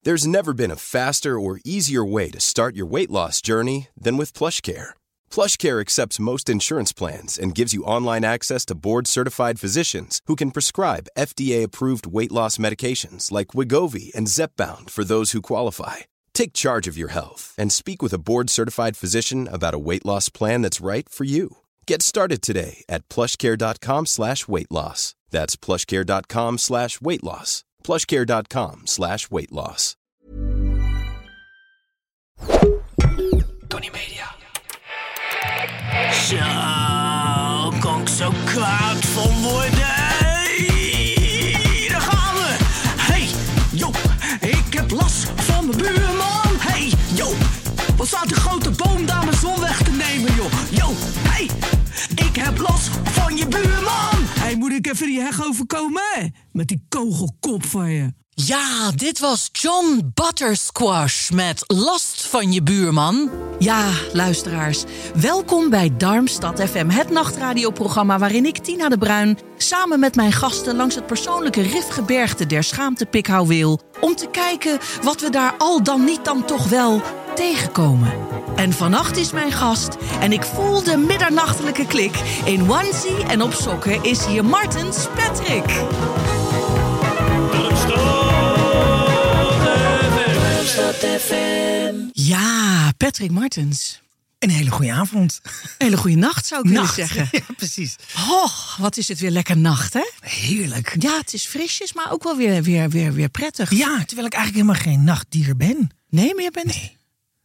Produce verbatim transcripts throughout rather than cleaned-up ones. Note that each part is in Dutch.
There's never been a faster or easier way to start your weight loss journey than with PlushCare. PlushCare accepts most insurance plans and gives you online access to board-certified physicians who can prescribe F D A-approved weight loss medications like Wegovy and Zepbound for those who qualify. Take charge of your health and speak with a board-certified physician about a weight loss plan that's right for you. Get started today at plushcare.com slash weight loss. That's plushcare.com slash weight loss. plushcare.com slash weight loss. Tony Media. Zo, kan ik zo koud van worden. Hey, daar gaan we. Hey, yo, ik heb last van mijn buurman. Hey, yo, wat staat die grote boom daar mijn zon weg te nemen, joh. Yo, hey, ik heb last van je buurman. Hey, moet ik even die heg overkomen? Met die kogelkop van je. Ja, dit was John Buttersquash met Last van je buurman. Ja, luisteraars, welkom bij Darmstad F M, het nachtradioprogramma waarin ik, Tina de Bruin, samen met mijn gasten langs het persoonlijke Rifgebergte der Schaamte Pikhouw wil, om te kijken wat we daar al dan niet dan toch wel tegenkomen. En vannacht is mijn gast en ik voel de middernachtelijke klik. In onesie en op sokken is hier Martens Patrick. Ja, Patrick Martens. Een hele goede avond. Een hele goede nacht, zou ik willen Nacht. zeggen. Ja, precies. Oh, wat is het weer lekker nacht, hè? Heerlijk. Ja, het is frisjes, maar ook wel weer, weer, weer, weer prettig. Ja, terwijl ik eigenlijk helemaal geen nachtdier ben. Nee, maar je bent... Nee.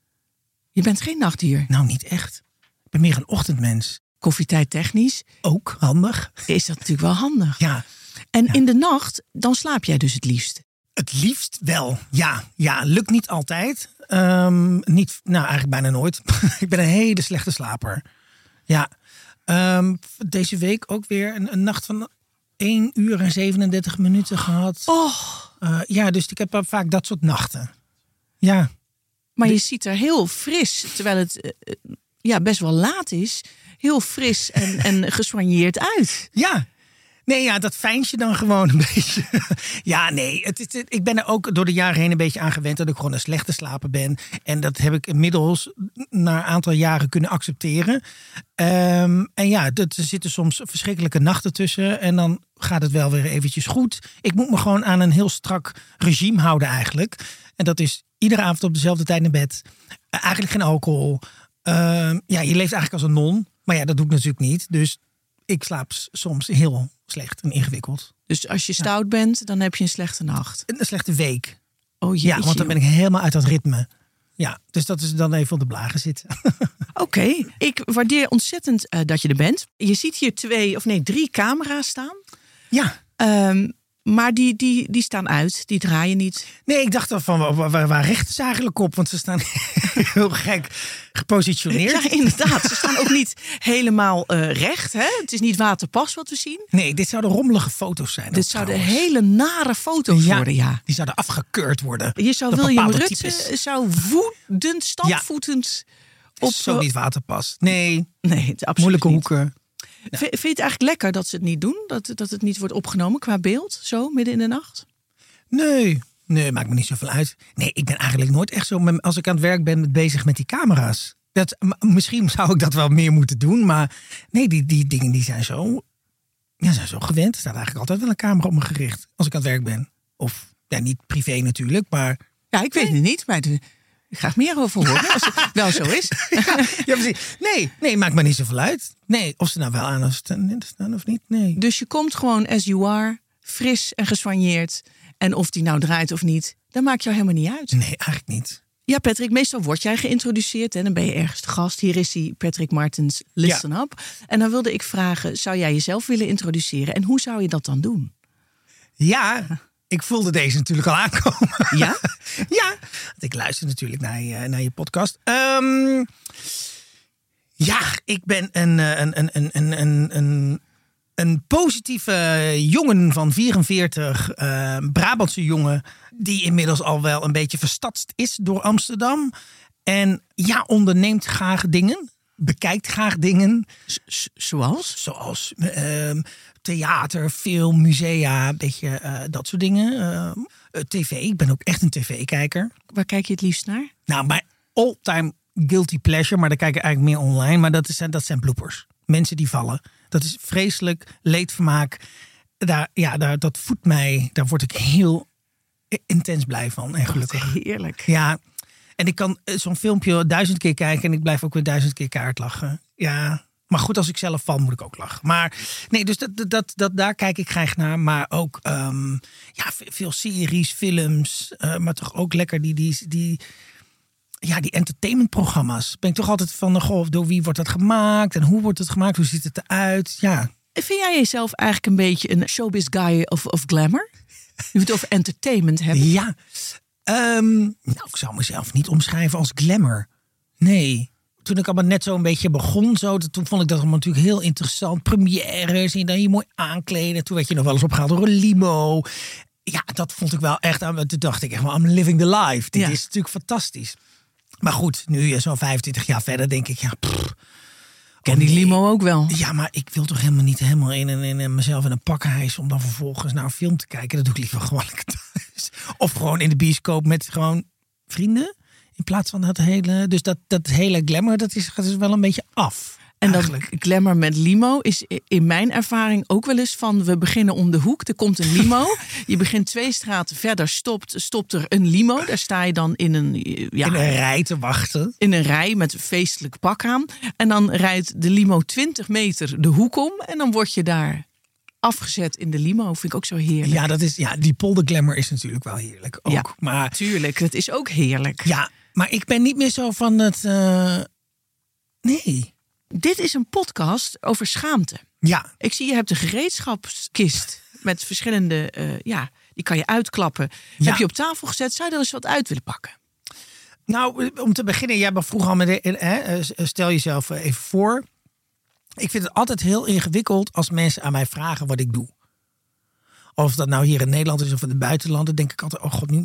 Je bent geen nachtdier. Nou, niet echt. Ik ben meer een ochtendmens. Koffietijd technisch Ook handig. is dat natuurlijk wel handig. Ja, En ja. in de nacht, dan slaap jij dus het liefst. het liefst wel. Ja, ja, lukt niet altijd. Um, niet, nou, eigenlijk bijna nooit. Ik ben een hele slechte slaper. Ja, um, deze week ook weer een, een nacht van één uur en zevenendertig minuten gehad. Oh, Uh, ja, dus ik heb uh, vaak dat soort nachten. Ja. maar je ziet er heel fris, terwijl het uh, ja, best wel laat is, heel fris en, en gesoigneerd uit. Ja. Nee, ja, dat fijnt je dan gewoon een beetje. Ja, nee, het, het, het, ik ben er ook door de jaren heen een beetje aan gewend dat ik gewoon een slechte slaper ben. En dat heb ik inmiddels na een aantal jaren kunnen accepteren. Um, en ja, er zitten soms verschrikkelijke nachten tussen. En dan gaat het wel weer eventjes goed. Ik moet me gewoon aan een heel strak regime houden eigenlijk. En dat is iedere avond op dezelfde tijd naar bed. Uh, eigenlijk geen alcohol. Uh, ja, je leeft eigenlijk als een non. Maar ja, dat doe ik natuurlijk niet. Dus ik slaap soms heel slecht en ingewikkeld. Dus als je stout bent, dan heb je een slechte nacht. Een slechte week. Oh jeetje. Ja, want dan ben ik helemaal uit dat ritme. Ja, dus dat is dan even op de blagen zitten. Oké, okay. Ik waardeer ontzettend uh, dat je er bent. Je ziet hier twee, of nee, drie camera's staan. Ja. Um, maar die, die, die staan uit, die draaien niet. Nee, ik dacht al van, waar, waar, waar richten ze eigenlijk op? Want ze staan heel gek gepositioneerd. Ja, inderdaad. Ze staan ook niet helemaal uh, recht. Hè? Het is niet waterpas wat we zien. Nee, dit zouden rommelige foto's zijn. Dit zouden hele nare foto's ja, worden, ja. Die zouden afgekeurd worden. Je zou Door William bepaalde Rutte types. zou woedend, stampvoetend... Ja, op zo niet waterpas. Nee, nee, het is absoluut moeilijke niet. hoeken. Ja. Vind je het eigenlijk lekker dat ze het niet doen? Dat, dat het niet wordt opgenomen qua beeld, zo midden in de nacht? Nee, nee, maakt me niet zoveel uit. Nee, ik ben eigenlijk nooit echt zo, als ik aan het werk ben, bezig met die camera's. Dat, m- misschien zou ik dat wel meer moeten doen, maar nee, die, die dingen die zijn zo, ja, zijn zo gewend. Er staat eigenlijk altijd wel een camera op me gericht als ik aan het werk ben. Of, ja, niet privé natuurlijk, maar... Ja, ik weet nee. het niet, maar de, ik ga er meer over horen, als het wel zo is. Ja, ja, precies. Nee, nee, maakt me niet zoveel uit. Nee, of ze nou wel aan of staan of niet, nee. Dus je komt gewoon as you are, fris en gesoigneerd. En of die nou draait of niet, dat maakt jou helemaal niet uit. Nee, eigenlijk niet. Ja, Patrick, meestal word jij geïntroduceerd en dan ben je ergens te gast. Hier is hij, Patrick Martens, Listen ja. Up. En dan wilde ik vragen, zou jij jezelf willen introduceren? En hoe zou je dat dan doen? Ja, ik voelde deze natuurlijk al aankomen. Ja? Ja, want ik luister natuurlijk naar je, naar je podcast. Um, ja, ik ben een, een, een, een, een, een, een, een positieve jongen van vierenveertig, uh, Brabantse jongen, die inmiddels al wel een beetje verstadst is door Amsterdam. En ja, onderneemt graag dingen. bekijkt graag dingen. S- zoals? Zoals uh, theater, film, musea, een beetje uh, dat soort dingen. Uh, uh, tv, ik ben ook echt een tv-kijker. Waar kijk je het liefst naar? Nou, mijn all-time guilty pleasure, maar daar kijk ik eigenlijk meer online. Maar dat, is, dat zijn bloopers. Mensen die vallen. Dat is vreselijk, leedvermaak. Daar, ja, daar, dat voedt mij. Daar word ik heel intens blij van en gelukkig. Heerlijk. Ja, en ik kan zo'n filmpje duizend keer kijken en ik blijf ook weer duizend keer kaart lachen. Ja, maar goed, als ik zelf val, moet ik ook lachen. Maar nee, dus dat, dat, dat, daar kijk ik graag naar. Maar ook um, ja, veel series, films. Uh, maar toch ook lekker die, die, die, ja, die entertainmentprogramma's. Ben ik toch altijd van, goh, door wie wordt dat gemaakt? En hoe wordt het gemaakt? Hoe ziet het eruit? Ja. Vind jij jezelf eigenlijk een beetje een showbiz guy of, of glamour? Je het over entertainment hebben. Ja, um, nou, ik zou mezelf niet omschrijven als glamour. Nee. Toen ik allemaal net zo een beetje begon, zo, toen vond ik dat allemaal natuurlijk heel interessant. Premières en dan je mooi aankleden. Toen werd je nog wel eens opgehaald door een limo. Ja, dat vond ik wel echt. Toen dacht ik echt, I'm living the life. Dit ja. is natuurlijk fantastisch. Maar goed, nu zo'n vijfentwintig jaar verder denk ik, ja, pff, ken oh, die nee. limo ook wel. Ja, maar ik wil toch helemaal niet helemaal in, in, in mezelf in een pak hijsen om dan vervolgens naar een film te kijken. Dat doe ik liever gewoon thuis. Of gewoon in de bioscoop met gewoon vrienden. In plaats van dat hele... Dus dat, dat hele glamour, dat is, dat is wel een beetje af. En eigenlijk. Dat glamour met limo is in mijn ervaring ook wel eens van... we beginnen om de hoek, er komt een limo. Je begint twee straten verder, stopt, stopt er een limo. Daar sta je dan in een... Ja, in een rij te wachten. In een rij met een feestelijk pak aan. En dan rijdt de limo twintig meter de hoek om. En dan word je daar afgezet in de limo. Vind ik ook zo heerlijk. Ja, dat is, ja die polderglamour is natuurlijk wel heerlijk ook. Ja, maar, tuurlijk. Dat is ook heerlijk. Ja, maar ik ben niet meer zo van het... Uh, nee... Dit is een podcast over schaamte. Ja. Ik zie, je hebt een gereedschapskist met verschillende... Uh, ja, die kan je uitklappen. Ja. Heb je op tafel gezet. Zou je er eens wat uit willen pakken? Nou, om te beginnen. Jij vroeg al met de, hè, stel jezelf even voor. Ik vind het altijd heel ingewikkeld als mensen aan mij vragen wat ik doe. Of dat nou hier in Nederland is of in het buitenland. Dan denk ik altijd, oh god, nu...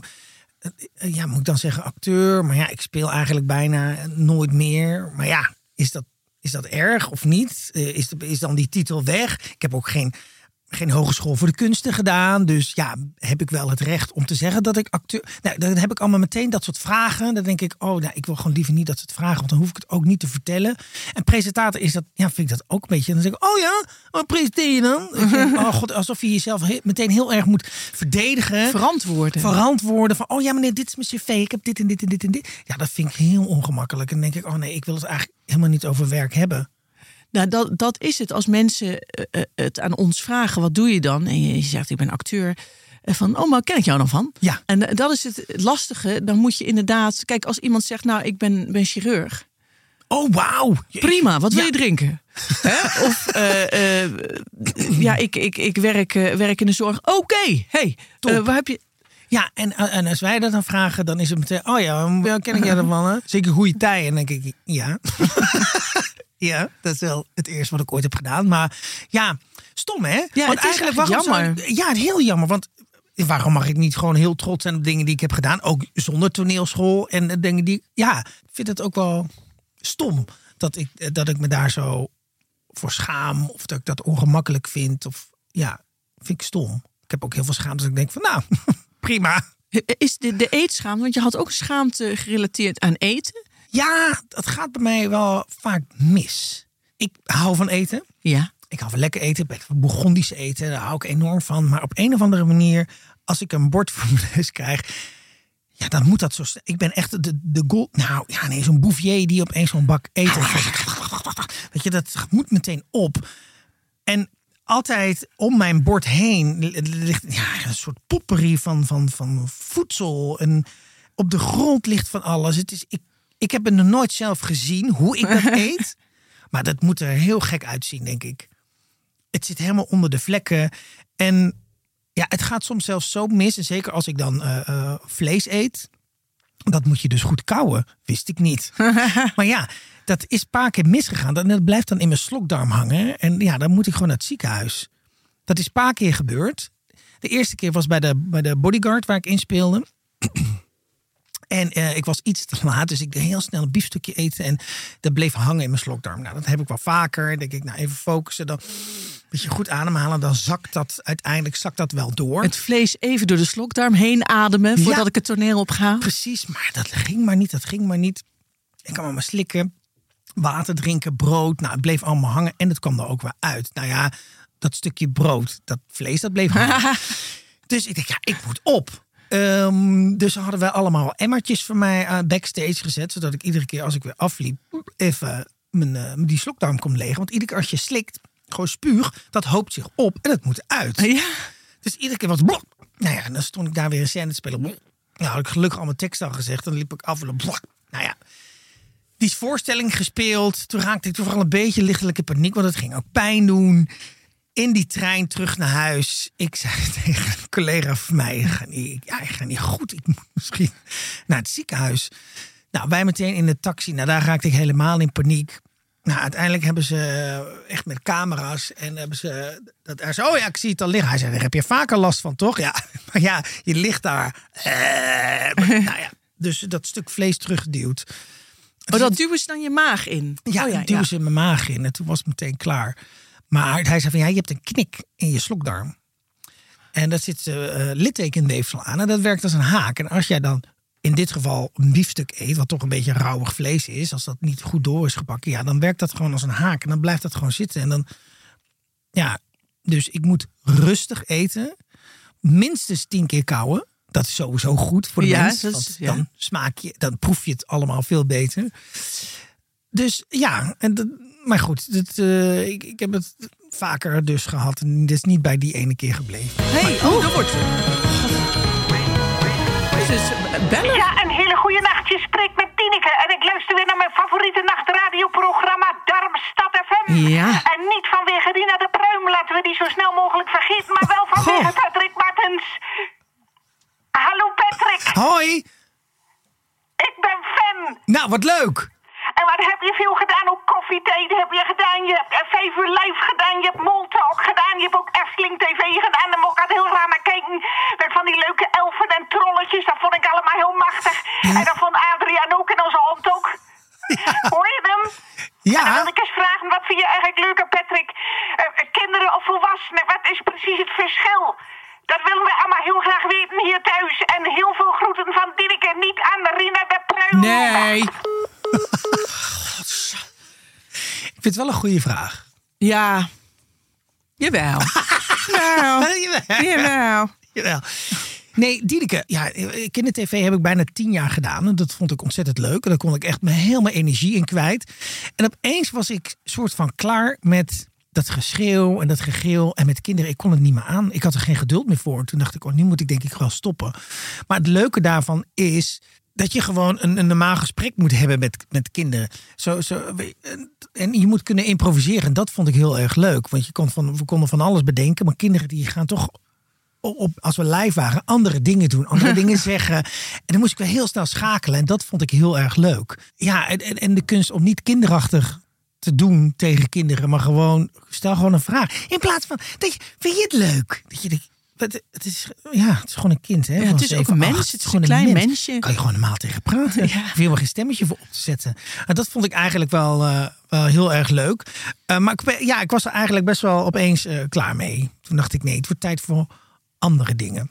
Ja, moet ik dan zeggen acteur? Maar ja, ik speel eigenlijk bijna nooit meer. Maar ja, is dat... Is dat erg of niet? Is, de, is dan die titel weg? Ik heb ook geen, geen hogeschool voor de kunsten gedaan. Dus ja, heb ik wel het recht om te zeggen dat ik acteur... Nou, dan heb ik allemaal meteen dat soort vragen. Dan denk ik, oh, nou, ik wil gewoon liever niet dat soort vragen. Want dan hoef ik het ook niet te vertellen. En presentator is dat, ja, vind ik dat ook een beetje. Dan zeg ik, oh ja, wat presenteer je dan? Denk, oh god, alsof je jezelf he- meteen heel erg moet verdedigen. Verantwoorden. Verantwoorden van, oh ja meneer, dit is mijn cv. Ik heb dit en dit en dit en dit. Ja, dat vind ik heel ongemakkelijk. En dan denk ik, oh nee, ik wil het eigenlijk helemaal niet over werk hebben. Nou, dat, dat is het. Als mensen uh, het aan ons vragen, wat doe je dan? En je zegt, ik ben acteur. Van, oh, maar ken ik jou dan van? Ja. En uh, dat is het lastige. Dan moet je inderdaad... Kijk, als iemand zegt, nou, ik ben, ben chirurg. Oh, wauw. Prima, wat wil ja. je drinken? Hè? Of, uh, uh, ja, ik, ik, ik werk, uh, werk in de zorg. Oké, okay. Hey, uh, waar heb je... Ja, en, en als wij dat dan vragen, dan is het meteen... Oh ja, wel ken ik jij ervan, hè? Zeker goede tij. En dan denk ik, ja... Ja, dat is wel het eerste wat ik ooit heb gedaan. Maar ja, stom hè? Ja, want het is eigenlijk jammer. Zou, ja, heel jammer. Want waarom mag ik niet gewoon heel trots zijn op dingen die ik heb gedaan? Ook zonder toneelschool en dingen die... Ja, ik vind het ook wel stom dat ik, dat ik me daar zo voor schaam. Of dat ik dat ongemakkelijk vind. Of ja, vind ik stom. Ik heb ook heel veel schaamte. Dat ik denk van nou, prima. Is de, de eetschaamte, want je had ook een schaamte gerelateerd aan eten... Ja, dat gaat bij mij wel vaak mis. Ik hou van eten. Ja. Ik hou van lekker eten. Bourgondisch eten, daar hou ik enorm van. Maar op een of andere manier, als ik een bord voor mijn neus krijg... Ja, dan moet dat zo... Ik ben echt de, de gold... Nou, ja, nee, zo'n Bouvier die opeens zo'n bak eten... Weet je, dat moet meteen op. En altijd om mijn bord heen ligt ja, een soort potpourri van, van, van voedsel. En op de grond ligt van alles. Het is... Ik, Ik heb het nog nooit zelf gezien hoe ik dat eet. Maar dat moet er heel gek uitzien, denk ik. Het zit helemaal onder de vlekken. En ja, het gaat soms zelfs zo mis. En zeker als ik dan uh, uh, vlees eet. Dat moet je dus goed kauwen. Wist ik niet. Maar ja, dat is een paar keer misgegaan. En dat blijft dan in mijn slokdarm hangen. En ja, dan moet ik gewoon naar het ziekenhuis. Dat is een paar keer gebeurd. De eerste keer was bij de, bij de Bodyguard waar ik in speelde. En uh, ik was iets te laat, dus ik deed heel snel een biefstukje eten. En dat bleef hangen in mijn slokdarm. Nou, dat heb ik wel vaker. Dan denk ik, nou even focussen. Dan een beetje goed ademhalen. Dan zakt dat, uiteindelijk zakt dat wel door. Het vlees even door de slokdarm heen ademen voordat ja, ik het toneel op ga. Precies, maar dat ging maar niet. Dat ging maar niet. Ik kan maar slikken. Water drinken, brood. Nou, het bleef allemaal hangen. En het kwam er ook weer uit. Nou ja, dat stukje brood, dat vlees, dat bleef hangen. Dus ik dacht, ja, ik moet op. Um, dus hadden wij allemaal emmertjes voor mij uh, backstage gezet. Zodat ik iedere keer als ik weer afliep, even mijn, uh, die slokdarm kon legen. Want iedere keer als je slikt, gewoon spuug, dat hoopt zich op en dat moet uit. Ja. Dus iedere keer was het blok. Nou ja, en dan stond ik daar weer een scène te spelen. Nou, had ik gelukkig al mijn tekst al gezegd. Dan liep ik af en dan blok. Nou ja, die voorstelling gespeeld. Toen raakte ik toch wel een beetje lichtelijke paniek, want het ging ook pijn doen. In die trein terug naar huis. Ik zei tegen een collega van mij, ik ga niet, ja, ik ga niet goed. Ik moet misschien naar het ziekenhuis. Nou, wij meteen in de taxi. Nou, daar raakte ik helemaal in paniek. Nou, uiteindelijk hebben ze echt met camera's en hebben ze dat er zo. Oh ja, ik zie het al liggen. Hij zei, daar heb je vaker last van, toch? Ja, maar ja, je ligt daar. Eh, maar, nou ja, dus dat stuk vlees teruggeduwd. Oh, dat duwen ze dan je maag in? Ja, oh, ja dat duwen ja. ze in mijn maag in. En toen was het meteen klaar. Maar hij zei van, ja, je hebt een knik in je slokdarm. En dat zit uh, littekenweefsel aan. En dat werkt als een haak. En als jij dan in dit geval een biefstuk eet, wat toch een beetje rauwig vlees is, als dat niet goed door is gebakken, ja, dan werkt dat gewoon als een haak. En dan blijft dat gewoon zitten. En dan, ja, dus ik moet rustig eten. Minstens tien keer kauwen. Dat is sowieso goed voor de ja, mens. dat is, Want ja. dan smaak je, dan proef je het allemaal veel beter. Dus ja, en dat, maar goed, dat, uh, ik, ik heb het vaker dus gehad. En dit is niet bij die ene keer gebleven. Hé, hey, oh, dat wordt dus, bellen. Ja, een hele goede nacht. Je spreekt met Tineke. En ik luister weer naar mijn favoriete nachtradioprogramma Darmstad F M. Ja. En niet vanwege Rina de Pruim, laten we die zo snel mogelijk vergeten. Maar wel vanwege Goh. Patrick Martens. Hallo Patrick. Hoi. Ik ben fan. Nou, wat leuk. En wat heb je veel gedaan? Ook koffietijd heb je gedaan. Je hebt vijf uur live gedaan. Je hebt Moltalk gedaan. Je hebt ook Efteling T V gedaan. Daar mocht ik altijd heel graag naar kijken. Met van die leuke elfen en trolletjes. Dat vond ik allemaal heel machtig. Ja. En dat vond Adriaan ook en onze hond ook. Ja. Hoor je hem? Ja. En dan wil ik eens vragen, wat vind je eigenlijk leuker, Patrick? Uh, kinderen of volwassenen? Wat is precies het verschil? Dat willen we allemaal heel graag weten hier thuis. En heel veel groeten van Dineke. Niet aan Rina de Pruim. Nee. Ik vind het wel een goede vraag. Ja. Jawel. nou, Jawel. Jawel. Jawel. Nee, Diedeke, ja, kindertv heb ik bijna tien jaar gedaan. En dat vond ik ontzettend leuk. En daar kon ik echt mijn heel mijn energie in kwijt. En opeens was ik soort van klaar met dat geschreeuw en dat gegil. En met kinderen, ik kon het niet meer aan. Ik had er geen geduld meer voor. Toen dacht ik, oh, nu moet ik denk ik wel stoppen. Maar het leuke daarvan is dat je gewoon een, een normaal gesprek moet hebben met, met kinderen. Zo, zo, en je moet kunnen improviseren. En dat vond ik heel erg leuk. Want je kon van, we konden van alles bedenken. Maar kinderen die gaan toch, op, als we live waren, andere dingen doen. Andere dingen zeggen. En dan moest ik weer heel snel schakelen. En dat vond ik heel erg leuk. Ja, en, en de kunst om niet kinderachtig te doen tegen kinderen. Maar gewoon, stel gewoon een vraag. In plaats van, dat je, vind je het leuk? Dat je denkt, het is, ja, het is gewoon een kind. Hè, ja, het is ook een mens. Het is gewoon een klein een mens. mensje. Kan je gewoon normaal tegen praten. Ja. Hoef je helemaal geen stemmetje voor op te zetten. En dat vond ik eigenlijk wel, uh, wel heel erg leuk. Uh, maar ik, ja, ik was er eigenlijk best wel opeens uh, klaar mee. Toen dacht ik, nee, het wordt tijd voor andere dingen.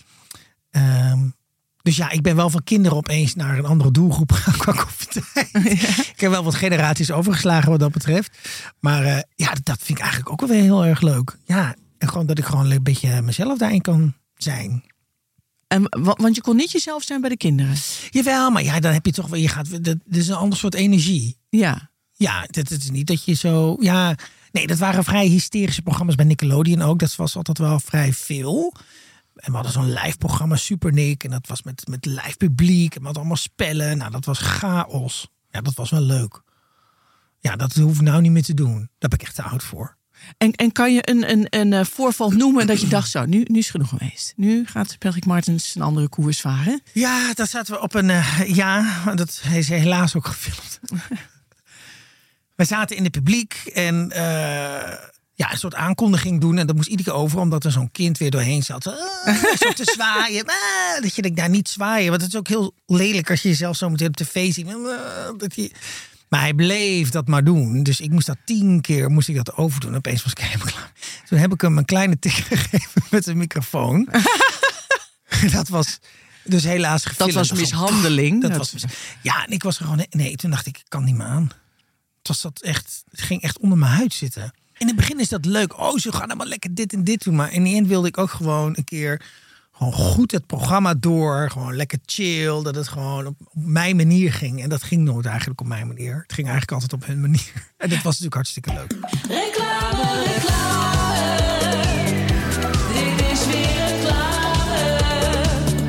Um, dus ja, ik ben wel van kinderen opeens naar een andere doelgroep gegaan qua koffietijd. Ja. Ik heb wel wat generaties overgeslagen wat dat betreft. Maar uh, ja, dat vind ik eigenlijk ook wel weer heel erg leuk. Ja, en gewoon dat ik gewoon een beetje mezelf daarin kan zijn. En, want je kon niet jezelf zijn bij de kinderen? Jawel, maar ja, dan heb je toch wel, je gaat, dat is een ander soort energie. Ja. Ja, het is niet dat je zo, ja, nee, dat waren vrij hysterische programma's bij Nickelodeon ook. Dat was altijd wel vrij veel. En we hadden zo'n live programma, Super Nick. En dat was met, met live publiek. En we hadden allemaal spellen. Nou, dat was chaos. Ja, dat was wel leuk. Ja, dat hoef ik nou niet meer te doen. Daar ben ik echt te oud voor. En, en kan je een, een, een voorval noemen dat je dacht zo, nu, nu is het genoeg geweest. Nu gaat Patrick Martens een andere koers varen. Ja, daar zaten we op een, uh, ja, dat is helaas ook gefilmd. We zaten in het publiek en uh, ja, een soort aankondiging doen. En dat moest iedere keer over, omdat er zo'n kind weer doorheen zat. Uh, zo te zwaaien. Uh, dat je denkt, nou niet zwaaien. Want het is ook heel lelijk als je jezelf zo meteen op tv ziet. Uh, dat je... Maar hij bleef dat maar doen. Dus ik moest dat tien keer moest ik dat overdoen. Opeens was ik helemaal klaar. Toen heb ik hem een kleine tik gegeven met een microfoon. Dat was dus helaas gefilmd. Dat was mishandeling. Dat dat was mis... Ja, en ik was er gewoon... Nee, toen dacht ik, ik kan niet meer aan. Het, was dat echt, het ging echt onder mijn huid zitten. In het begin is dat leuk. Oh, ze gaan allemaal lekker dit en dit doen. Maar in die end wilde ik ook gewoon een keer... Gewoon goed het programma door. Gewoon lekker chill. Dat het gewoon op, op mijn manier ging. En dat ging nooit eigenlijk op mijn manier. Het ging eigenlijk altijd op hun manier. En dat was natuurlijk hartstikke leuk. Reclame, reclame. Dit is weer reclame.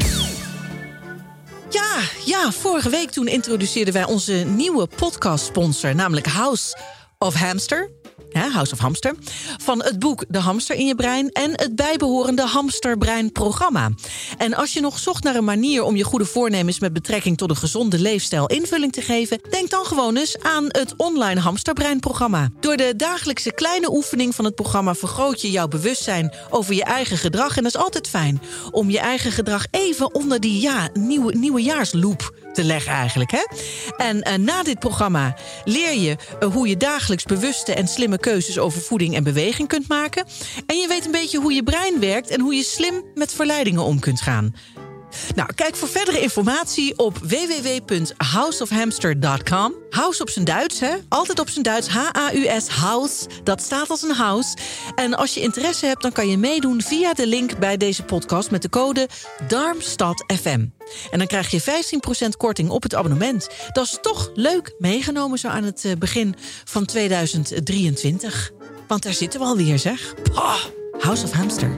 Ja, ja, vorige week toen introduceerden wij onze nieuwe podcast-sponsor. Namelijk House of Hamster. Ja, House of Hamster. Van het boek De Hamster in je brein en het bijbehorende Hamsterbrein-programma. En als je nog zocht naar een manier om je goede voornemens met betrekking tot een gezonde leefstijl invulling te geven, denk dan gewoon eens aan het online Hamsterbrein-programma. Door de dagelijkse kleine oefening van het programma vergroot je jouw bewustzijn over je eigen gedrag. En dat is altijd fijn om je eigen gedrag even onder die ja, nieuwe, nieuwejaarsloop te leggen eigenlijk. Hè? En uh, na dit programma leer je uh, hoe je dagelijks bewuste en slimme keuzes over voeding en beweging kunt maken. En je weet een beetje hoe je brein werkt en hoe je slim met verleidingen om kunt gaan. Nou, kijk voor verdere informatie op w w w punt house of hamster punt com. House op zijn Duits, hè? Altijd op zijn Duits. H A U S, house. Dat staat als een house. En als je interesse hebt, dan kan je meedoen via de link bij deze podcast met de code Darmstad F M. En dan krijg je vijftien procent korting op het abonnement. Dat is toch leuk meegenomen zo aan het begin van tweeduizend drieëntwintig. Want daar zitten we alweer, zeg. Pah, House of Hamster.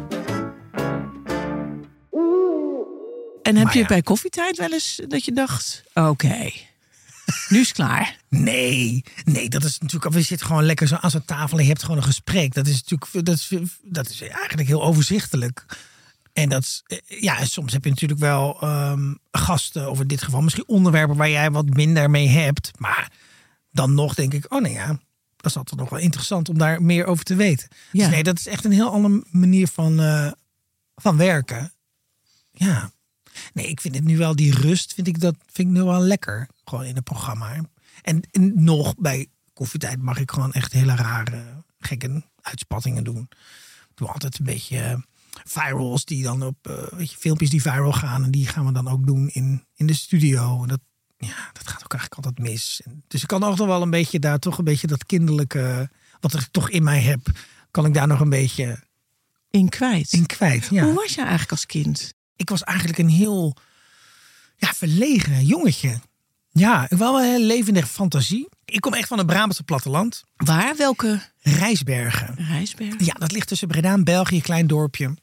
En heb Maar je ja. bij koffietijd wel eens dat je dacht... oké, okay, nu is het klaar. Nee, nee, dat is natuurlijk... We zitten gewoon lekker zo aan zo'n tafel en je hebt gewoon een gesprek. Dat is natuurlijk dat is, dat is eigenlijk heel overzichtelijk. En dat is, ja, en soms heb je natuurlijk wel um, gasten, of in dit geval misschien onderwerpen waar jij wat minder mee hebt. Maar dan nog denk ik, oh nee ja, dat is altijd nog wel interessant om daar meer over te weten. Ja. Dus nee, dat is echt een heel andere manier van, uh, van werken. Ja. Nee, ik vind het nu wel, die rust vind ik dat vind ik nu wel lekker. Gewoon in het programma. En, en nog bij koffietijd mag ik gewoon echt hele rare, gekke uitspattingen doen. Ik doe altijd een beetje uh, virals die dan op, uh, weet je, filmpjes die viral gaan. En die gaan we dan ook doen in, in de studio. En dat, ja, dat gaat ook eigenlijk altijd mis. En dus ik kan ook nog wel een beetje daar toch een beetje dat kinderlijke, wat ik toch in mij heb, kan ik daar nog een beetje In kwijt. in kwijt. Ja. Hoe was je eigenlijk als kind? Ik was eigenlijk een heel ja, verlegen jongetje. Ja, ik wel een heel levendige fantasie. Ik kom echt van het Brabantse platteland. Waar? Welke? Rijsbergen. Rijsberg? Ja, dat ligt tussen Breda en België, een klein dorpje.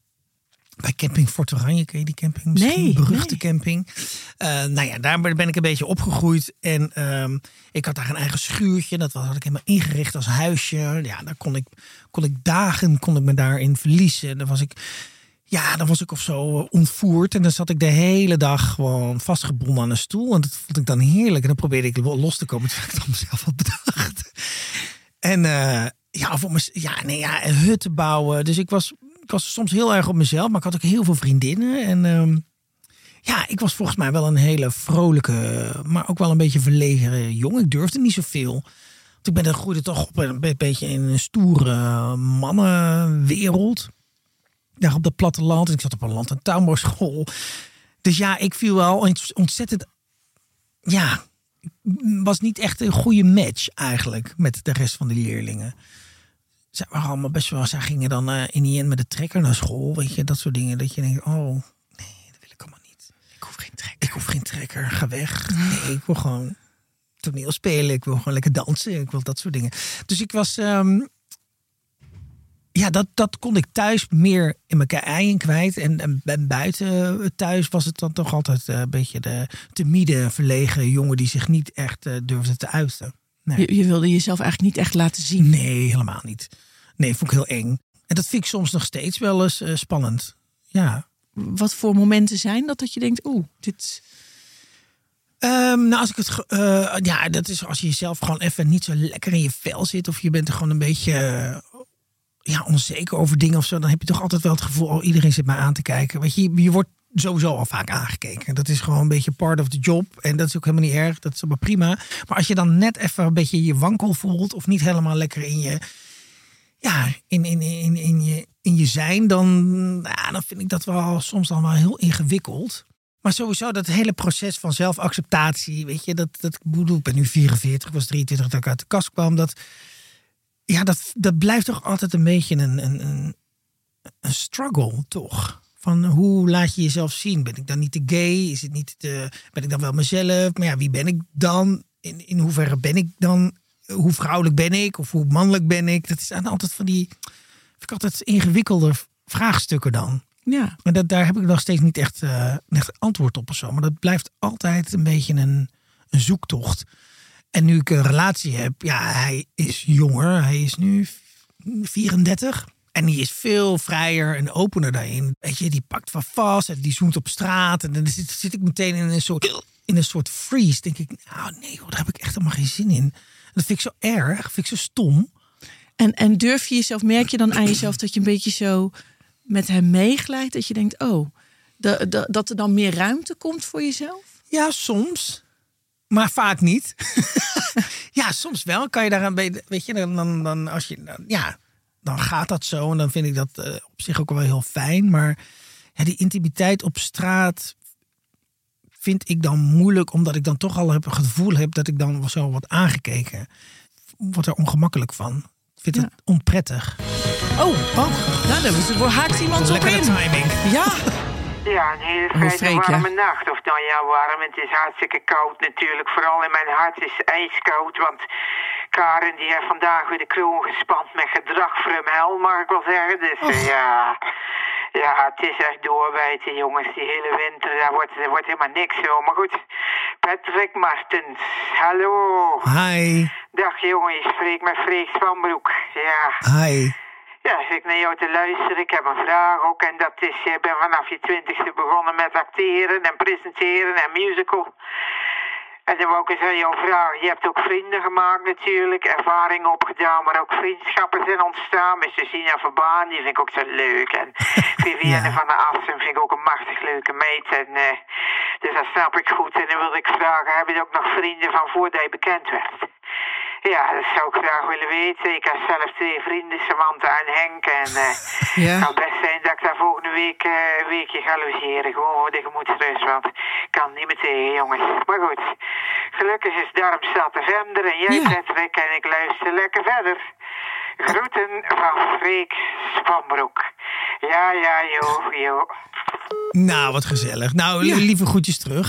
Bij camping Fort Oranje, ken je die camping? Misschien Nee, een beruchte nee. camping. Uh, nou ja, daar ben ik een beetje opgegroeid. En um, ik had daar een eigen schuurtje. Dat had ik helemaal ingericht als huisje. Ja, daar kon ik, kon ik dagen kon ik me daarin verliezen. Dan was ik... Ja, dan was ik of zo ontvoerd. En dan zat ik de hele dag gewoon vastgebonden aan een stoel. En dat vond ik dan heerlijk. En dan probeerde ik los te komen. Toen heb ik het mezelf had bedacht. En uh, ja, voor me, ja, nee, ja, een hut te bouwen. Dus ik was, ik was soms heel erg op mezelf. Maar ik had ook heel veel vriendinnen. En um, ja, ik was volgens mij wel een hele vrolijke, maar ook wel een beetje verlegen jongen. Ik durfde niet zoveel. Want ik ben dan groeide toch op een beetje in een stoere mannenwereld. Daar op dat platteland. En ik zat op een land- en tuinbouwschool. Dus ja, ik viel wel ontzettend... Ja, was niet echt een goede match eigenlijk met de rest van de leerlingen. Zij waren allemaal best wel... Zij gingen dan uh, in die end met de trekker naar school. Weet je, dat soort dingen. Dat je denkt, oh, nee, dat wil ik allemaal niet. Ik hoef geen trekker. Ik hoef geen trekker, ga weg. Nee, ik wil gewoon toneel spelen. Ik wil gewoon lekker dansen. Ik wil dat soort dingen. Dus ik was... Um, Ja, dat, dat kon ik thuis meer in mijn eigen kwijt. En, en, en buiten thuis was het dan toch altijd een beetje de timide, verlegen jongen die zich niet echt uh, durfde te uiten. Nee. Je, je wilde jezelf eigenlijk niet echt laten zien. Nee, helemaal niet. Nee, vond ik heel eng. En dat vind ik soms nog steeds wel eens uh, spannend. Ja. Wat voor momenten zijn dat dat je denkt, oeh, dit... Um, nou, als ik het... Uh, ja, dat is als je jezelf gewoon even niet zo lekker in je vel zit. Of je bent er gewoon een beetje... Uh, ja, onzeker over dingen of zo, dan heb je toch altijd wel het gevoel, oh, iedereen zit mij aan te kijken. Weet je, je wordt sowieso al vaak aangekeken. Dat is gewoon een beetje part of the job. En dat is ook helemaal niet erg. Dat is allemaal prima. Maar als je dan net even een beetje je wankel voelt, of niet helemaal lekker in je, ja, in, in, in, in, je, in je zijn, dan, ja, dan vind ik dat wel soms dan wel heel ingewikkeld. Maar sowieso dat hele proces van zelfacceptatie, weet je, dat, dat ik bedoel, ik ben nu vierenveertig, ik was drieëntwintig dat ik uit de kast kwam. Dat, ja, dat, dat blijft toch altijd een beetje een, een, een, een struggle, toch? Van hoe laat je jezelf zien? Ben ik dan niet te gay? Is het niet te, ben ik dan wel mezelf? Maar ja, wie ben ik dan? In, in hoeverre ben ik dan? Hoe vrouwelijk ben ik? Of hoe mannelijk ben ik? Dat is altijd van die, vind ik altijd ingewikkelde vraagstukken dan. Ja. En dat, daar heb ik nog steeds niet echt, uh, echt antwoord op of zo. Maar dat blijft altijd een beetje een, een zoektocht. En nu ik een relatie heb, ja, hij is jonger. Hij is nu vierendertig. En die is veel vrijer en opener daarin. Weet je, die pakt van vast en die zoent op straat. En dan zit, zit ik meteen in een soort, in een soort freeze. Denk ik, nou nee, hoor, daar heb ik echt helemaal geen zin in. Dat vind ik zo erg, vind ik zo stom. En, en durf je jezelf, merk je dan aan jezelf dat je een beetje zo met hem meeglijdt? Dat je denkt, oh, de, de, dat er dan meer ruimte komt voor jezelf? Ja, soms. Maar vaak niet. Ja, soms wel. Kan je daar een beetje, weet je, dan, dan, dan als je, dan, ja, dan gaat dat zo. En dan vind ik dat uh, op zich ook wel heel fijn. Maar ja, die intimiteit op straat vind ik dan moeilijk, omdat ik dan toch al het gevoel heb dat ik dan zo word aangekeken. Word er ongemakkelijk van. Ik vind Ja. het onprettig. Oh, oh. Nou, dan haakt iemand op Lekkere in. timing. Ja. Ja, een hele Oh, fijne Freek, ja. warme nacht. Of nou ja, warm. Het is hartstikke koud natuurlijk. Vooral in mijn hart is het ijskoud. Want Karen die heeft vandaag weer de kroon gespand met gedrag voor hem hel, mag ik wel zeggen. Dus uh, ja, ja, het is echt doorbijten, jongens. Die hele winter, daar wordt, daar wordt helemaal niks zo. Maar goed, Patrick Martens, hallo. Hi. Dag jongen, je spreekt met Freek Spanbroek. Ja. Hi. Ja, als ik naar jou te luisteren, ik heb een vraag ook. En dat is, je bent vanaf je twintigste begonnen met acteren en presenteren en musical. En dan wou ik eens aan jou vragen. Je hebt ook vrienden gemaakt natuurlijk, ervaringen opgedaan, maar ook vriendschappen zijn ontstaan. Met Cecina Verbaan, die vind ik ook zo leuk. En Vivienne Ja. van der Assen vind ik ook een machtig leuke meid. En, uh, dus dat snap ik goed. En dan wilde ik vragen, heb je ook nog vrienden van voordat je bekend werd? Ja, dat zou ik graag willen weten. Ik heb zelf twee vrienden, Samantha en Henk. En uh, Ja. het kan best zijn dat ik daar volgende week uh, een weekje ga logeren. Gewoon voor de gemoedsrust, want ik kan niet meer tegen, jongens. Maar goed, gelukkig is Darmstad de Vender en jij, Ja. Patrick, en ik luister lekker verder. Groeten van Freek Spanbroek. Ja, ja, joh, joh. Nou, wat gezellig. Nou, Ja. lieve groetjes terug.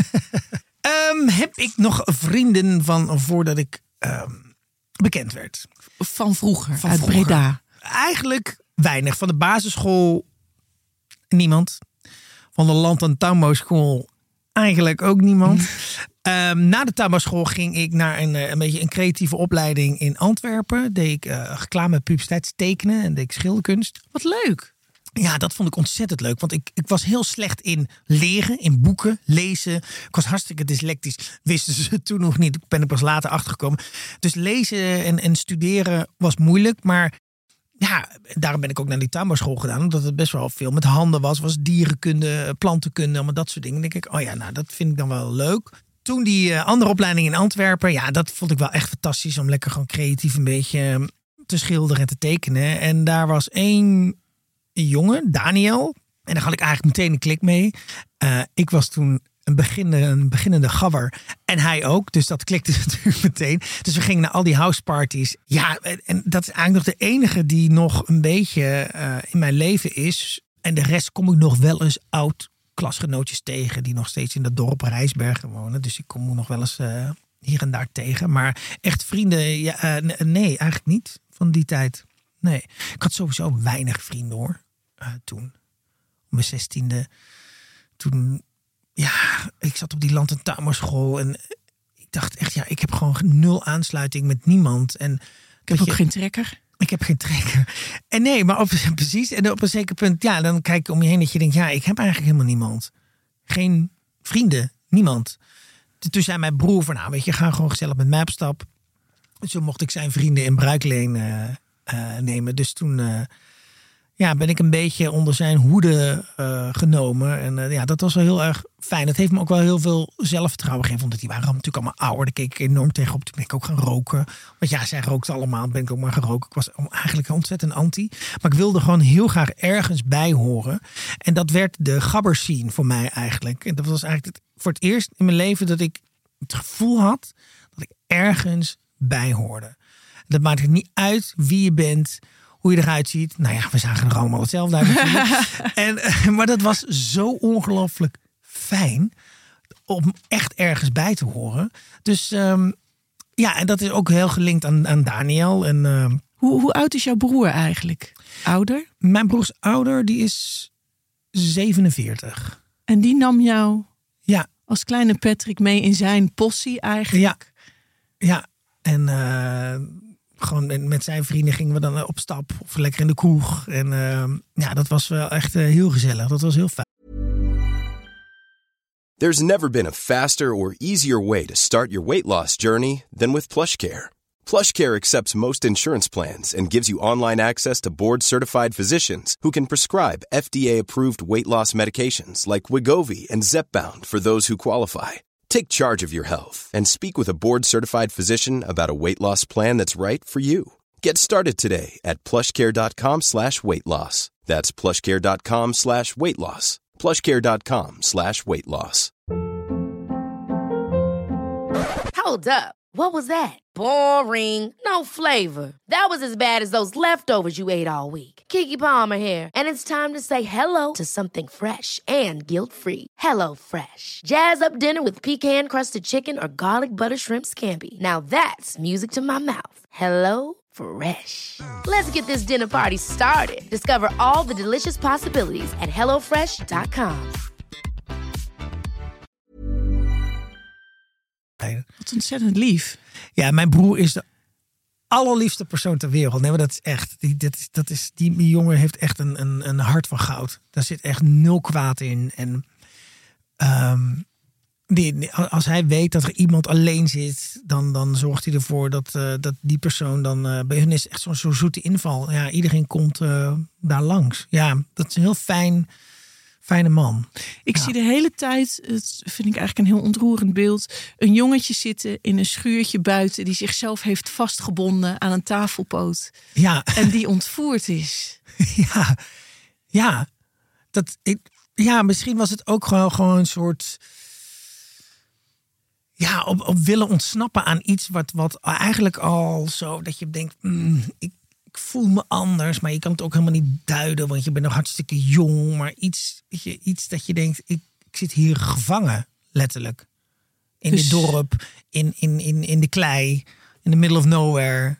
um, heb ik nog vrienden van voordat ik um, bekend werd? Van vroeger, Van uit vroeger. Breda. Eigenlijk weinig. Van de basisschool niemand. Van de land- en tuinbouwschool eigenlijk ook niemand. Um, na de tuinbouwschool ging ik naar een, eh, een beetje een creatieve opleiding in Antwerpen. Deed ik uh, reclame, publiciteitstekenen en deed ik schilderkunst. Wat leuk. Ja, dat vond ik ontzettend leuk. Want ik, ik was heel slecht in leren, in boeken, lezen. Ik was hartstikke dyslectisch. Wisten ze toen nog niet. Ik ben er pas later achtergekomen. Dus lezen en, en studeren was moeilijk. Maar ja, daarom ben ik ook naar die tuinbouwschool gedaan. Omdat het best wel veel met handen was. Was dierenkunde, plantenkunde, allemaal dat soort dingen. Dan denk ik, oh ja, nou dat vind ik dan wel leuk. Toen die uh, andere opleiding in Antwerpen. Ja, dat vond ik wel echt fantastisch. Om lekker gewoon creatief een beetje te schilderen en te tekenen. En daar was één jongen, Daniel. En daar had ik eigenlijk meteen een klik mee. Uh, ik was toen een beginnende, een beginnende gabber. En hij ook. Dus dat klikte natuurlijk meteen. Dus we gingen naar al die houseparties. Ja, en dat is eigenlijk nog de enige die nog een beetje uh, in mijn leven is. En de rest kom ik nog wel eens oud klasgenootjes tegen. Die nog steeds in dat dorp Rijsbergen wonen. Dus ik kom nog wel eens uh, hier en daar tegen. Maar echt vrienden, ja, uh, nee, eigenlijk niet van die tijd. Nee, ik had sowieso weinig vrienden hoor. Uh, toen. Op mijn zestiende. Toen, ja, ik zat op die land- en tuinbouwschool. En ik dacht echt, ja, ik heb gewoon nul aansluiting met niemand. En Ik heb ook je, geen trekker. Ik heb geen trekker. En nee, maar op, precies. En op een zeker punt, ja, dan kijk je om je heen dat je denkt, ja, ik heb eigenlijk helemaal niemand. Geen vrienden, niemand. Toen zei mijn broer van, nou, weet je, ga gewoon gezellig met mij op stap. Dus toen mocht ik zijn vrienden in Bruikleen uh, uh, nemen. Dus toen uh, ja, ben ik een beetje onder zijn hoede uh, genomen. En uh, ja, dat was wel heel erg fijn. Het heeft me ook wel heel veel zelfvertrouwen gegeven. Want die waren natuurlijk allemaal ouder. Daar keek ik enorm tegenop. Toen ben ik ook gaan roken. Want ja, zij rookten allemaal. Ben ik ook maar gaan roken. Ik was eigenlijk ontzettend anti. Maar ik wilde gewoon heel graag ergens bij horen. En dat werd de gabberscene voor mij eigenlijk. En dat was eigenlijk het, voor het eerst in mijn leven dat ik het gevoel had dat ik ergens bij hoorde. Dat maakt het niet uit wie je bent, hoe je eruit ziet. Nou ja, we zagen er allemaal hetzelfde uit natuurlijk. en, maar dat was zo ongelooflijk fijn om echt ergens bij te horen. Dus um, ja, en dat is ook heel gelinkt aan, aan Daniel. En, uh, hoe, hoe oud is jouw broer eigenlijk? Ouder? Mijn broer is ouder, die is zevenenveertig. En die nam jou ja. als kleine Patrick mee in zijn possie eigenlijk? Ja, ja. En uh, gewoon met zijn vrienden gingen we dan op stap of lekker in de kroeg. En uh, ja, dat was wel echt uh, heel gezellig. Dat was heel fijn. There's never been a faster or easier way to start your weight loss journey than with PlushCare. PlushCare accepts most insurance plans and gives you online access to board-certified physicians who can prescribe F D A-approved weight loss medications like Wegovy and Zepbound for those who qualify. Take charge of your health and speak with a board-certified physician about a weight loss plan that's right for you. Get started today at plushcare.com slash weight loss. That's plushcare.com slash weight loss. plushcare.com slash weight loss. Hold up. What was that? Boring. No flavor. That was as bad as those leftovers you ate all week. Keke Palmer here. And it's time to say hello to something fresh and guilt-free. Hello Fresh. Jazz up dinner with pecan-crusted chicken or garlic butter shrimp scampi. Now that's music to my mouth. Hello Fresh. Let's get this dinner party started. Discover all the delicious possibilities at hello fresh dot com. Wat ontzettend lief. Ja, mijn broer is de allerliefste persoon ter wereld. Nee, maar dat is echt. Die, dat is, dat is, die, die jongen heeft echt een, een, een hart van goud. Daar zit echt nul kwaad in. En um, die, als hij weet dat er iemand alleen zit, dan, dan zorgt hij ervoor dat, uh, dat die persoon dan. Uh, bij hun is echt zo'n zo zoete inval. Ja, iedereen komt uh, daar langs. Ja, dat is een heel fijn. Fijne man. Ik ja. zie de hele tijd, het vind ik eigenlijk een heel ontroerend beeld, een jongetje zitten in een schuurtje buiten die zichzelf heeft vastgebonden aan een tafelpoot. Ja. En die ontvoerd is. Ja, ja. Dat, ik, ja, misschien was het ook gewoon, gewoon een soort. Ja, op, op willen ontsnappen aan iets wat, wat eigenlijk al zo dat je denkt, mm, ik. Ik voel me anders, maar je kan het ook helemaal niet duiden, want je bent nog hartstikke jong. Maar iets, weet je, iets dat je denkt, ik, ik zit hier gevangen, letterlijk. In dus... dit dorp, in, in, in, in de klei, in the middle of nowhere.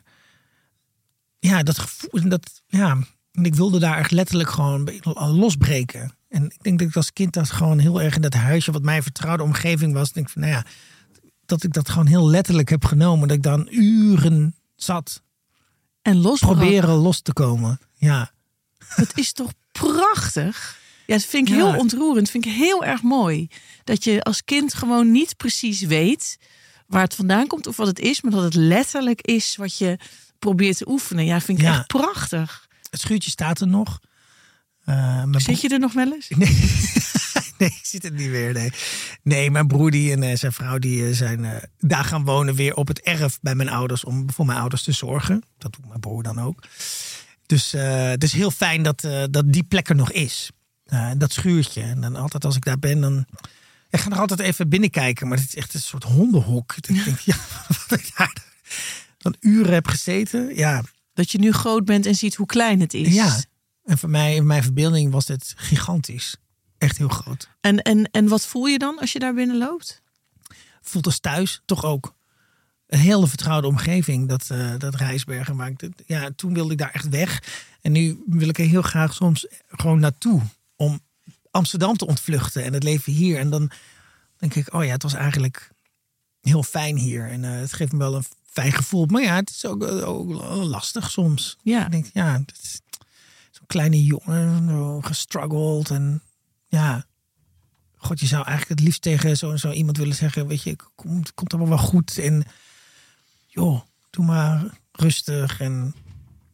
Ja, dat gevoel, dat, ja, en ik wilde daar echt letterlijk gewoon losbreken. En ik denk dat ik als kind dat gewoon heel erg in dat huisje, wat mijn vertrouwde omgeving was, denk ik van, nou ja, dat ik dat gewoon heel letterlijk heb genomen. Dat ik dan uren zat. En los proberen los te komen. Ja. Het is toch prachtig? Ja, dat vind ik ja. heel ontroerend. Vind ik heel erg mooi. Dat je als kind gewoon niet precies weet waar het vandaan komt of wat het is, maar dat het letterlijk is wat je probeert te oefenen. Ja, vind ik ja. echt prachtig. Het schuurtje staat er nog. Uh, Zit je er nog wel eens? Nee. Nee, ik zit er niet meer. Nee, nee mijn broer die en uh, zijn vrouw die uh, zijn uh, daar gaan wonen weer op het erf bij mijn ouders om voor mijn ouders te zorgen. Dat doet mijn broer dan ook. Dus uh, het is heel fijn dat, uh, dat die plek er nog is. Uh, dat schuurtje. En dan altijd als ik daar ben, dan ik ga nog altijd even binnenkijken. Maar het is echt een soort hondenhok. Ik denk, ja, wat ik daar dan uren heb gezeten. Ja. Dat je nu groot bent en ziet hoe klein het is. Ja. En voor mij, in mijn verbeelding was dit gigantisch. Echt heel groot. En, en, en wat voel je dan als je daar binnen loopt? Voelt als thuis, toch ook. Een hele vertrouwde omgeving, dat, uh, dat Rijsbergen. Maar ik, ja, toen wilde ik daar echt weg. En nu wil ik er heel graag soms gewoon naartoe. Om Amsterdam te ontvluchten en het leven hier. En dan denk ik, oh ja, het was eigenlijk heel fijn hier. En uh, het geeft me wel een fijn gevoel. Maar ja, het is ook, uh, ook lastig soms. Ja. Ik denk, ja, het is zo'n kleine jongen, gestruggeld en... Ja, god, je zou eigenlijk het liefst tegen zo, zo iemand willen zeggen, weet je, komt, het komt allemaal wel goed. En joh, doe maar rustig. En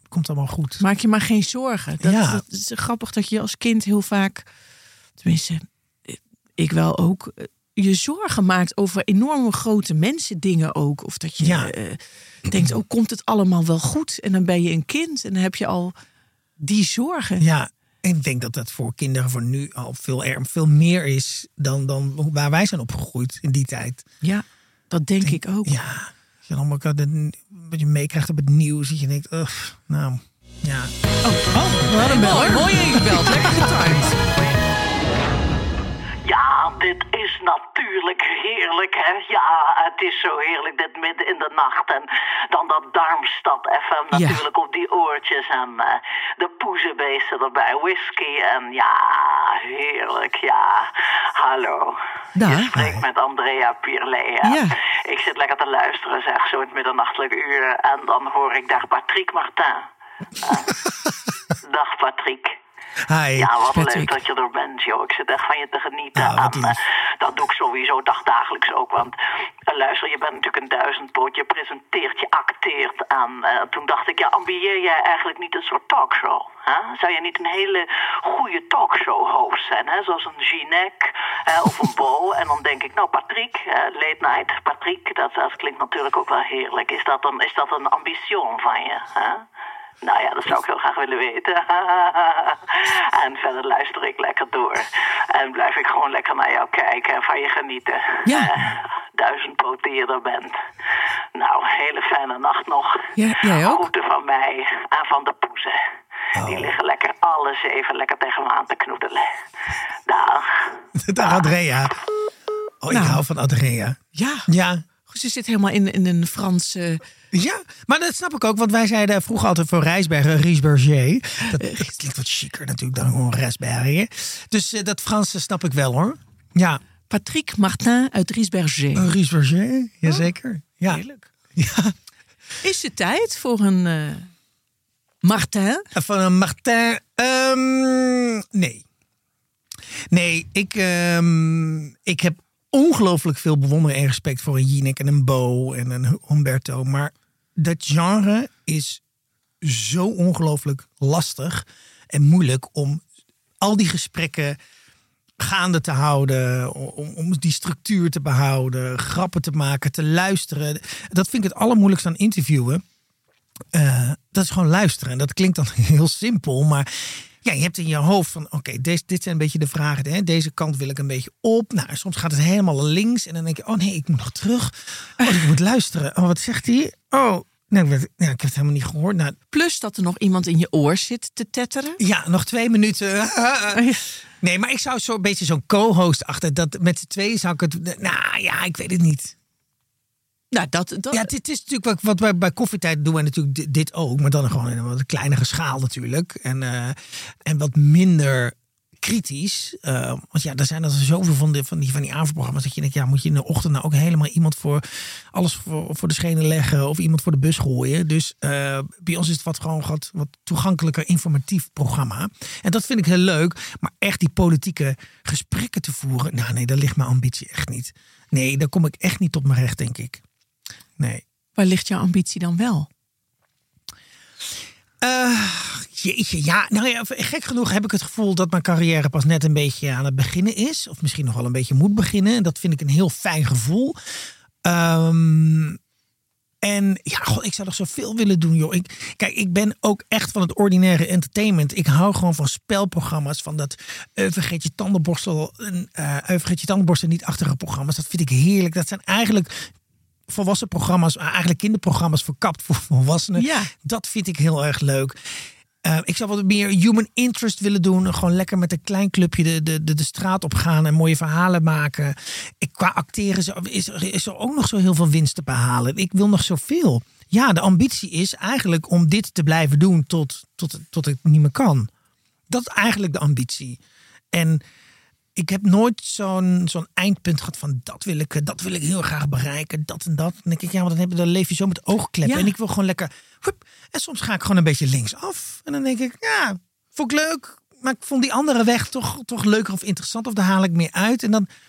komt allemaal goed. Maak je maar geen zorgen. Dat, Ja. dat is grappig dat je als kind heel vaak, tenminste, ik wel ook, je zorgen maakt over enorme grote mensen dingen ook. Of dat je Ja. uh, denkt, oh, komt het allemaal wel goed? En dan ben je een kind en dan heb je al die zorgen. Ja, ik denk dat dat voor kinderen voor nu al veel, er, veel meer is dan, dan waar wij zijn opgegroeid in die tijd. Ja, dat denk ik ook. Ja, als je dan allemaal wat je meekrijgt op het nieuws, dat je denkt, ugh, nou, ja. Oh, oh we hadden een bel, hoor. Mooi ingebeld, lekker getimed. Ja, dit is natuurlijk heerlijk, hè. Ja, het is zo heerlijk dit midden in de nacht. En dan dat Darmstad F M natuurlijk Ja. op die oortjes. En uh, de poezenbeesten erbij, whisky. En ja, heerlijk, ja. Hallo. Daar. Je spreekt met Andrea Pierle. Ja. Ik zit lekker te luisteren, zeg, zo in het middernachtelijke uur. En dan hoor ik daar Patrick Martin. Uh, dag Patrick. Hi. Ja, wat Patrick. leuk dat je er bent, joh. Ik zit echt van je te genieten. Ja, wat en lief. uh, dat doe ik sowieso dagdagelijks ook. Want uh, luister, je bent natuurlijk een duizendpoot. Je presenteert, je acteert. En uh, toen dacht ik, ja, ambieer jij eigenlijk niet een soort talkshow? Hè? Zou je niet een hele goede talkshow-host zijn? Hè? Zoals een Ginek uh, of een Bo. En dan denk ik, nou, Patrick, uh, late night, Patrick, dat, dat klinkt natuurlijk ook wel heerlijk. Is dat een, is dat een ambitie van je? Hè? Nou ja, dat zou ik heel graag willen weten. En verder luister ik lekker door. En blijf ik gewoon lekker naar jou kijken en van je genieten. Ja. Uh, duizendpoot die je er bent. Nou, hele fijne nacht nog. Ja, jij ook? Groeten van mij en van de poezen. Die liggen lekker alle zeven lekker tegen me aan te knoedelen. Dag. Dag Andrea. Oh, ik Nou. hou van Andrea. Ja, Ja. ze zit helemaal in, in een Franse... Ja, maar dat snap ik ook. Want wij zeiden vroeger altijd voor Rijsbergen, Riesberger. Dat, dat klinkt wat chiquer natuurlijk dan gewoon Rijsbergen. Dus uh, dat Franse snap ik wel, hoor. Ja, Patrick Martin uit Riesberger. een Riesberger, jazeker. Ja. Heerlijk. Ja. Is het tijd voor een uh, Martin? Van een Martin. Um, nee. Nee, ik, um, ik heb ongelooflijk veel bewondering en respect voor een Jinek en een Bo en een Humberto. Maar dat genre is zo ongelooflijk lastig en moeilijk om al die gesprekken gaande te houden, om, om die structuur te behouden, grappen te maken, te luisteren. Dat vind ik het allermoeilijkste aan interviewen. Uh, dat is gewoon luisteren. En dat klinkt dan heel simpel, maar ja, je hebt in je hoofd van, oké, okay, dit zijn een beetje de vragen. Hè? Deze kant wil ik een beetje op. Nou, soms gaat het helemaal links en dan denk je, oh nee, ik moet nog terug. Oh, ik moet luisteren. Oh, wat zegt hij? Oh, nee, ik, weet, nee, ik heb het helemaal niet gehoord. Nou, Plus dat er nog iemand in je oor zit te tetteren. ja, nog twee minuten. Nee, maar ik zou zo'n beetje zo'n co-host achter. Dat met z'n tweeën zou ik het. Nou ja, ik weet het niet. Nou, dat, dat... Ja, het, het is natuurlijk wat, wat wij bij Koffietijd doen en natuurlijk dit, dit ook. Maar dan gewoon in een wat kleinere schaal natuurlijk. En, uh, en wat minder kritisch. Uh, want ja, er zijn er zoveel van, de, van die, van die avondprogramma's. Dat je denkt, ja, moet je in de ochtend nou ook helemaal iemand voor alles voor, voor de schenen leggen. Of iemand voor de bus gooien. Dus uh, bij ons is het wat gewoon wat, wat toegankelijker informatief programma. En dat vind ik heel leuk. Maar echt die politieke gesprekken te voeren. Nou nee, daar ligt mijn ambitie echt niet. Nee, daar kom ik echt niet tot mijn recht, denk ik. Nee. Waar ligt jouw ambitie dan wel? Uh, jeetje, ja. Nou ja, gek genoeg heb ik het gevoel dat mijn carrière pas net een beetje aan het beginnen is. Of misschien nog wel een beetje moet beginnen. En dat vind ik een heel fijn gevoel. Um, en ja, god, ik zou nog zoveel willen doen, joh. Ik, kijk, ik ben ook echt van het ordinaire entertainment. Ik hou gewoon van spelprogramma's. Van dat uh, vergeet je tandenborstel, uh, vergeet je tandenborstel niet achtige programma's. Dat vind ik heerlijk. Dat zijn eigenlijk volwassen programma's, eigenlijk kinderprogramma's verkapt voor volwassenen. Ja. Dat vind ik heel erg leuk. Uh, ik zou wat meer human interest willen doen. Gewoon lekker met een klein clubje de, de, de, de straat op gaan en mooie verhalen maken. Ik, qua acteren is, is er ook nog zo heel veel winst te behalen. Ik wil nog zoveel. Ja, de ambitie is eigenlijk om dit te blijven doen tot, tot, tot ik niet meer kan. Dat is eigenlijk de ambitie. En ik heb nooit zo'n zo'n eindpunt gehad van dat wil ik, dat wil ik heel graag bereiken, dat en dat. Dan denk ik, ja, maar dan, heb je, dan leef je zo met oogkleppen. Ja. En ik wil gewoon lekker, hup, en soms ga ik gewoon een beetje linksaf. En dan denk ik, ja, vond ik leuk. Maar ik vond die andere weg toch, toch leuker of interessant. Of daar haal ik meer uit. En dan,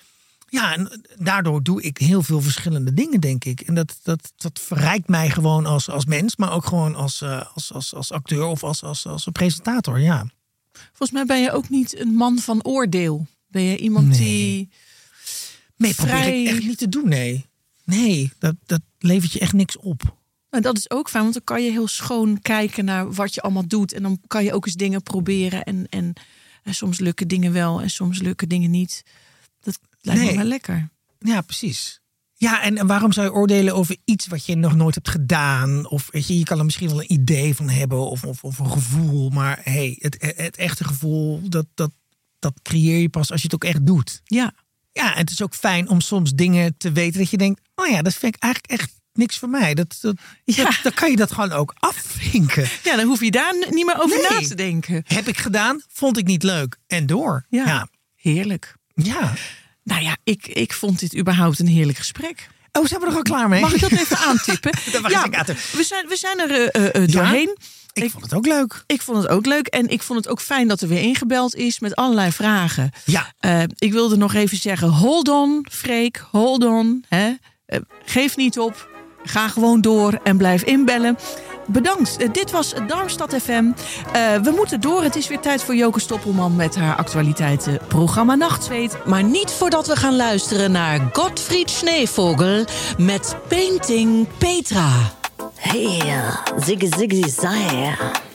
Ja, en daardoor doe ik heel veel verschillende dingen, denk ik. En dat, dat, dat verrijkt mij gewoon als, als mens, maar ook gewoon als, uh, als, als, als acteur of als, als, als een presentator, ja. Volgens mij ben je ook niet een man van oordeel. Ben je iemand nee. die... Nee, vrij... probeer ik echt niet te doen, nee. Nee, dat, dat levert je echt niks op. En dat is ook fijn, want dan kan je heel schoon kijken naar wat je allemaal doet. En dan kan je ook eens dingen proberen. En, en, en soms lukken dingen wel en soms lukken dingen niet. Dat lijkt nee. me wel lekker. Ja, precies. Ja, en, en waarom zou je oordelen over iets wat je nog nooit hebt gedaan? Of weet je, je kan er misschien wel een idee van hebben of, of, of een gevoel. Maar hey, het, het echte gevoel, dat, dat, dat creëer je pas als je het ook echt doet. Ja. Ja, en het is ook fijn om soms dingen te weten dat je denkt... oh ja, dat vind ik eigenlijk echt niks voor mij. Dat, dat, Ja. dat, dan kan je dat gewoon ook afvinken. Ja, dan hoef je daar niet meer over Nee. na te denken. Heb ik gedaan, vond ik niet leuk. En door. Ja, Ja. heerlijk. ja. Nou ja, ik, ik vond dit überhaupt een heerlijk gesprek. Oh, zijn we er al klaar mee? Mag ik dat even aantippen? Dat mag ja, ik aan we zijn, we zijn er uh, uh, doorheen. Ik, Ik- vond het ook leuk. Ik vond het ook leuk. En ik vond het ook fijn dat er weer ingebeld is met allerlei vragen. Ja. Uh, ik wilde nog even zeggen, hold on, Freek, hold on. Hè? Uh, geef niet op. Ga gewoon door en blijf inbellen. Bedankt. Uh, dit was Darmstad F M. Uh, we moeten door. Het is weer tijd voor Joke Stoppelman met haar actualiteitenprogramma Nachtzweet. Maar niet voordat we gaan luisteren naar Gottfried Schneevogel met Painting Petra. Hey, Ziggy Ziggy zei.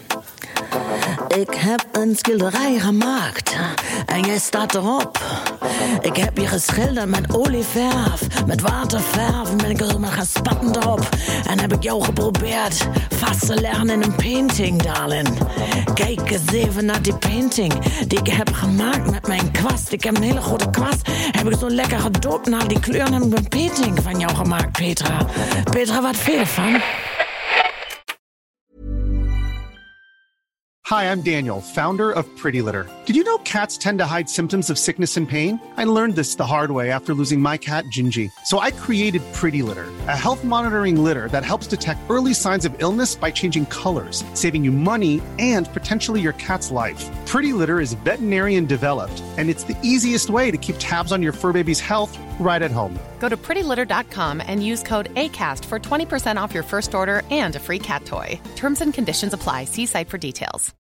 Ik heb een schilderij gemaakt en jij staat erop. Ik heb je geschilderd met olieverf, met waterverf. En ben ik er zo maar gaan spatten erop. En heb ik jou geprobeerd vast te leggen in een painting, darling. Kijk eens even naar die painting die ik heb gemaakt met mijn kwast. Ik heb een hele grote kwast. Heb ik zo lekker gedoopt naar die kleuren. En heb ik een painting van jou gemaakt, Petra. Petra, wat vind je van? Hi, I'm Daniel, founder of Pretty Litter. Did you know cats tend to hide symptoms of sickness and pain? I learned this the hard way after losing my cat, Gingy. So I created Pretty Litter, a health monitoring litter that helps detect early signs of illness by changing colors, saving you money and potentially your cat's life. Pretty Litter is veterinarian developed, and it's the easiest way to keep tabs on your fur baby's health right at home. Go to pretty litter dot com and use code ACAST for twenty percent off your first order and a free cat toy. Terms and conditions apply. See site for details.